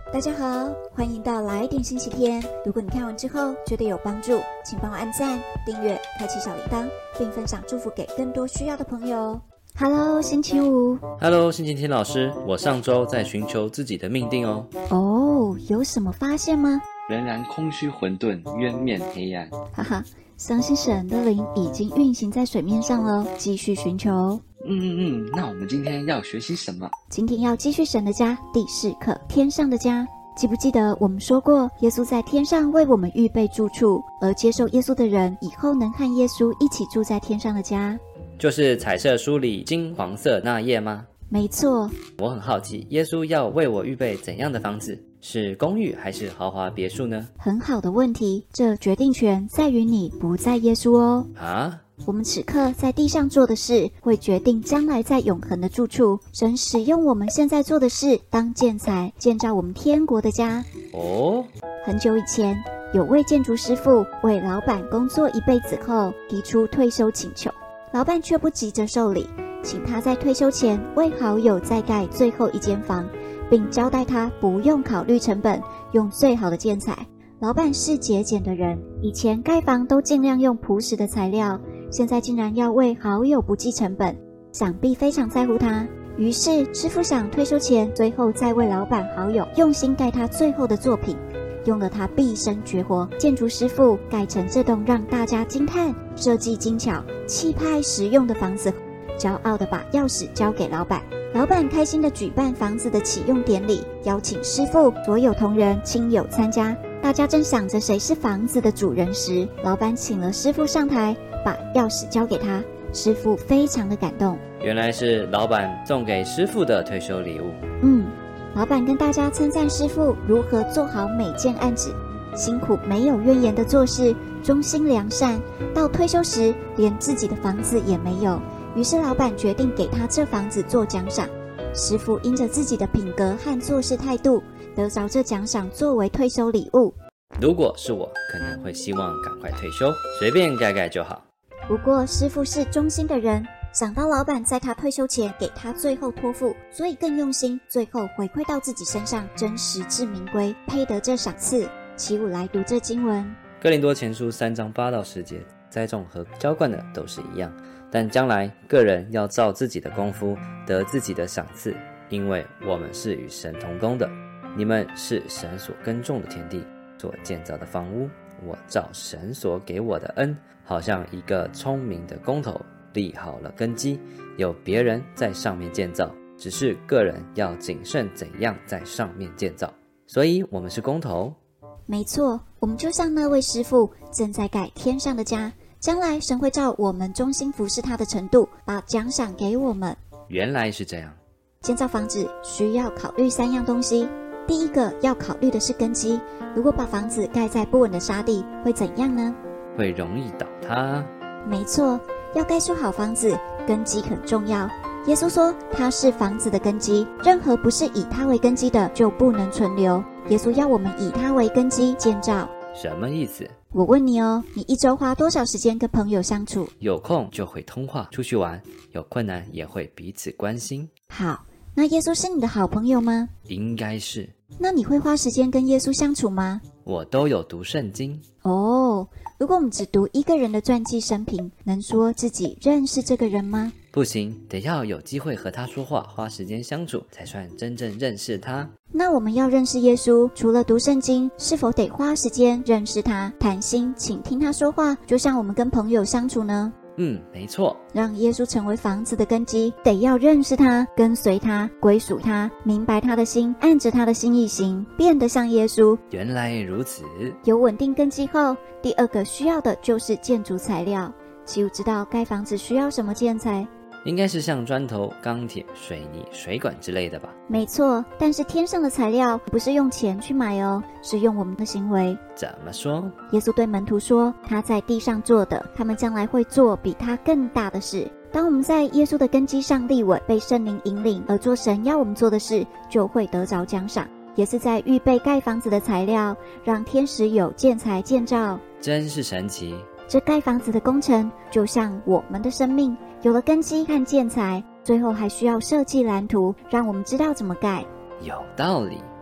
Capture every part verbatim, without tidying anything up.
大家好，欢迎到来点星期天。如果你看完之后觉得有帮助，请帮我按赞、订阅、开启小铃铛，并分享祝福给更多需要的朋友。Hello， 星期五。 Hello， 星期天老师，我上周在寻求自己的命定哦。 哦，有什么发现吗？ 仍然空虚混沌，渊面黑暗。 哈哈，相信神的灵已经运行在水面上了，继续寻求。 嗯嗯嗯，那我们今天要学习什么？ 今天要继续神的家第四课，天上的家。记不记得我们说过，耶稣在天上为我们预备住处，而接受耶稣的人以后能和耶稣一起住在天上的家， 就是彩色书里金黄色那页吗？ 没错。 我很好奇，耶稣要为我预备怎样的房子？是公寓还是豪华别墅呢？ 很好的问题，这决定权在于你，不在耶稣哦。 啊？ 我们此刻在地上做的事，会决定将来在永恒的住处。神使用我们现在做的事当建材，建造我们天国的家。 哦， 很久以前，有位建筑师傅为老板工作一辈子后，提出退休请求，老板却不急着受理，请他在退休前为好友再盖最后一间房，并交代他不用考虑成本，用最好的建材。老板是节俭的人，以前盖房都尽量用朴实的材料，现在竟然要为好友不计成本，想必非常在乎他。于是师傅想退休前最后再为老板好友用心盖他最后的作品，用了他毕生绝活，建筑师傅盖成这栋让大家惊叹、设计精巧、气派实用的房子，骄傲地把钥匙交给老板。老板开心地举办房子的启用典礼，邀请师傅、所有同仁、亲友参加。大家正想着谁是房子的主人时，老板请了师傅上台，把钥匙交给他。师傅非常的感动， 原来是老板送给师傅的退休礼物。 嗯，老板跟大家称赞师傅如何做好每件案子，辛苦没有怨言的做事，忠心良善，到退休时连自己的房子也没有。于是老板决定给他这房子做奖赏。师傅因着自己的品格和做事态度，得着这奖赏作为退休礼物。 如果是我，可能会希望赶快退休，随便盖盖就好。 不过师傅是忠心的人，想到老板在他退休前给他最后托付，所以更用心，最后回馈到自己身上，真实至名归，配得这赏赐。起舞来读这经文， 哥林多前书三章八到十节，栽种和浇灌的都是一样，但将来个人要照自己的功夫得自己的赏赐，因为我们是与神同工的。你们是神所耕种的田地，所建造的房屋。我照神所给我的恩，好像一个聪明的工头，立好了根基，有别人在上面建造，只是个人要谨慎怎样在上面建造。所以我们是工头。 没错，我们就像那位师傅正在盖天上的家，将来神会照我们忠心服侍他的程度，把奖赏给我们。 原来是这样。 建造房子需要考虑三样东西。第一个要考虑的是根基，如果把房子盖在不稳的沙地，会怎样呢？ 会容易倒塌。 没错，要盖出好房子，根基很重要。耶稣说他是房子的根基，任何不是以他为根基的就不能存留。耶稣要我们以他为根基建造。 什么意思？ 我问你哦，你一周花多少时间跟朋友相处？ 有空就会通话出去玩，有困难也会彼此关心。 好，那耶稣是你的好朋友吗？ 应该是。 那你会花时间跟耶稣相处吗？ 我都有读圣经。 哦，如果我们只读一个人的传记生平，能说自己认识这个人吗？ 不行，得要有机会和他说话，花时间相处，才算真正认识他。 那我们要认识耶稣，除了读圣经，是否得花时间认识他，谈心，倾听他说话，就像我们跟朋友相处呢？ 嗯，没错。 让耶稣成为房子的根基，得要认识他，跟随他，归属他，明白他的心，按着他的心意行，变得像耶稣。 原来如此。 有稳定根基后，第二个需要的就是建筑材料。岂有知道盖房子需要什么建材？ 应该是像砖头、钢铁、水泥、水管之类的吧？ 没错，但是天上的材料不是用钱去买哦，是用我们的行为。 怎么说？ 耶稣对门徒说，他在地上做的，他们将来会做比他更大的事。当我们在耶稣的根基上立稳，被圣灵引领而做神要我们做的事，就会得着奖赏。也是在预备盖房子的材料，让天使有建材建造。 真是神奇。 这盖房子的工程就像我们的生命，有了根基和建材，最后还需要设计蓝图，让我们知道怎么盖。 有道理。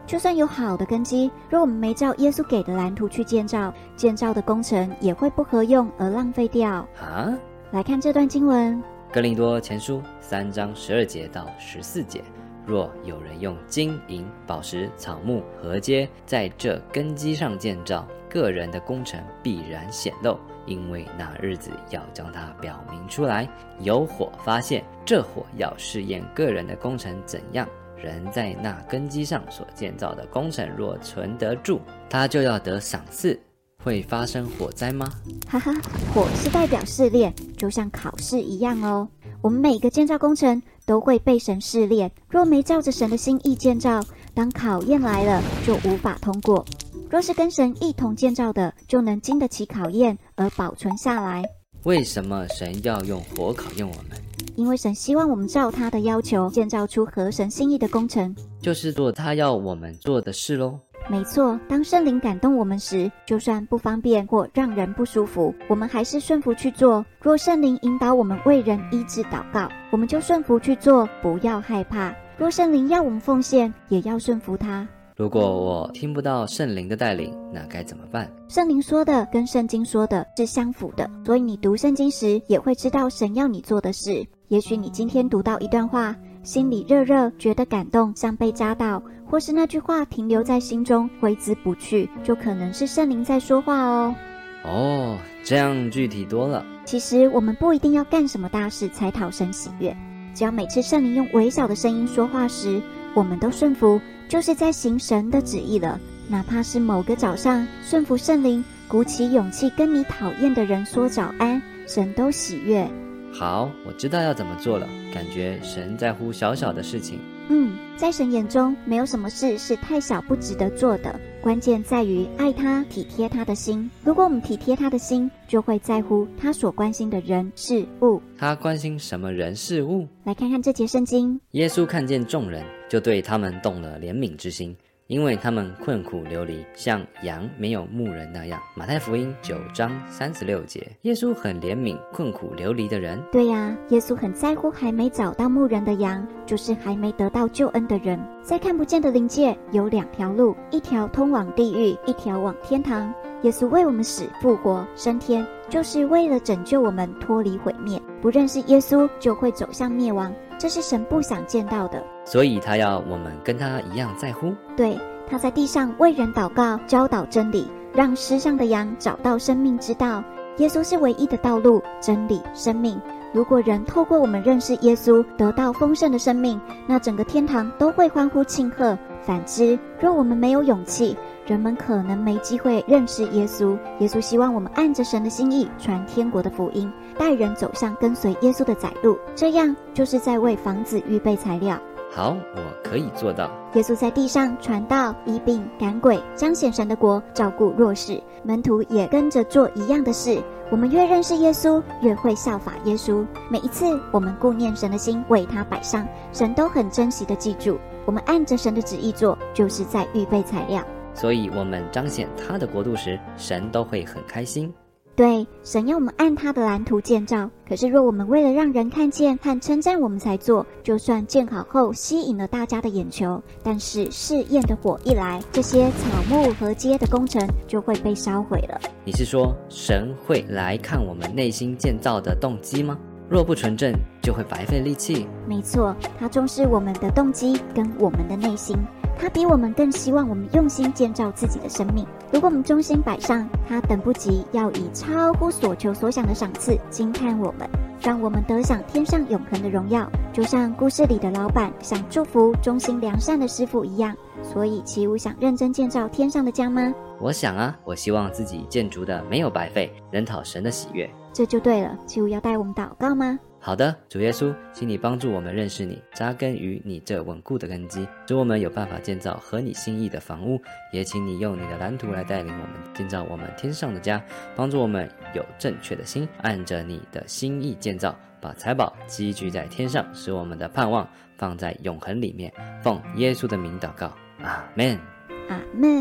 就算有好的根基，若我们没照耶稣给的蓝图去建造，建造的工程也会不合用而浪费掉。 啊？ 来看这段经文， 哥林多前书三章十二节到十四节，若有人用金银宝石草木禾秸在这根基上建造，个人的工程必然显露，因为那日子要将它表明出来，有火发现，这火要试验个人的工程怎样。人在那根基上所建造的工程若存得住，他就要得赏赐。会发生火灾吗？ 哈哈，火是代表试炼，就像考试一样哦。我们每个建造工程都会被神试炼，若没照着神的心意建造，当考验来了就无法通过。若是跟神一同建造的，就能经得起考验而保存下来。 为什么神要用火考验我们？ 因为神希望我们照他的要求建造出合神心意的工程， 就是做他要我们做的事咯。 没错，当圣灵感动我们时，就算不方便或让人不舒服，我们还是顺服去做。若圣灵引导我们为人医治祷告，我们就顺服去做，不要害怕。若圣灵要我们奉献，也要顺服他。 如果我听不到圣灵的带领，那该怎么办？ 圣灵说的跟圣经说的是相符的，所以你读圣经时也会知道神要你做的事。也许你今天读到一段话，心里热热，觉得感动，像被扎到，或是那句话停留在心中，挥之不去，就可能是圣灵在说话哦。 哦，这样具体多了。 其实我们不一定要干什么大事才讨神喜悦，只要每次圣灵用微小的声音说话时，我们都顺服，就是在行神的旨意了。哪怕是某个早上顺服圣灵，鼓起勇气跟你讨厌的人说早安，神都喜悦。 好，我知道要怎么做了，感觉神在乎小小的事情。 嗯，在神眼中没有什么事是太小不值得做的，关键在于爱他，体贴他的心。如果我们体贴他的心，就会在乎他所关心的人事物。 他关心什么人事物？ 来看看这节圣经。 耶稣看见众人，就对他们动了怜悯之心，因为他们困苦流离，像羊没有牧人那样。马太福音九章三十六节，耶稣很怜悯困苦流离的人。 对呀、啊，耶稣很在乎还没找到牧人的羊，就是还没得到救恩的人。在看不见的灵界有两条路，一条通往地狱，一条往天堂。耶稣为我们死、复活、升天，就是为了拯救我们脱离毁灭。不认识耶稣就会走向灭亡，这是神不想见到的。 所以他要我们跟他一样在乎。 对，他在地上为人祷告，教导真理，让失丧的羊找到生命之道。耶稣是唯一的道路、真理、生命。如果人透过我们认识耶稣，得到丰盛的生命，那整个天堂都会欢呼庆贺。反之，若我们没有勇气，人们可能没机会认识耶稣。耶稣希望我们按着神的心意传天国的福音，带人走向跟随耶稣的窄路，这样就是在为房子预备材料。 好，我可以做到。 耶稣在地上传道、医病、赶鬼，彰显神的国，照顾弱势。门徒也跟着做一样的事。我们越认识耶稣，越会效法耶稣。每一次我们顾念神的心，为他摆上，神都很珍惜的记住。我们按着神的旨意做，就是在预备材料。 所以我们彰显他的国度时，神都会很开心。 对，神要我们按他的蓝图建造，可是若我们为了让人看见和称赞我们才做，就算建好后吸引了大家的眼球，但是试验的火一来，这些草木禾秸的工程就会被烧毁了。 你是说神会来看我们内心建造的动机吗？若不纯正，就会白费力气。 没错，他重视我们的动机跟我们的内心，他比我们更希望我们用心建造自己的生命。如果我们忠心摆上，他等不及要以超乎所求所想的赏赐惊叹我们，让我们得享天上永恒的荣耀，就像故事里的老板想祝福忠心良善的师傅一样。所以齐武想认真建造天上的家吗？ 我想啊，我希望自己建筑的没有白费，能讨神的喜悦。 这就对了。齐武要带我们祷告吗？ 好的，主耶稣，请你帮助我们认识你，扎根于你这稳固的根基，使我们有办法建造合你心意的房屋。也请你用你的蓝图来带领我们建造我们天上的家，帮助我们有正确的心，按着你的心意建造，把财宝积聚在天上，使我们的盼望放在永恒里面。奉耶稣的名祷告，阿们。 阿们。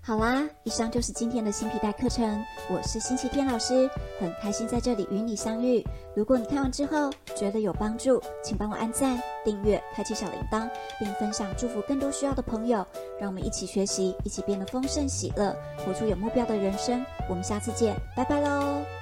好啦，以上就是今天的新皮带课程，我是星期天老师，很开心在这里与你相遇。如果你看完之后觉得有帮助，请帮我按赞、订阅、开启小铃铛，并分享祝福更多需要的朋友，让我们一起学习，一起变得丰盛喜乐，活出有目标的人生。我们下次见，拜拜喽。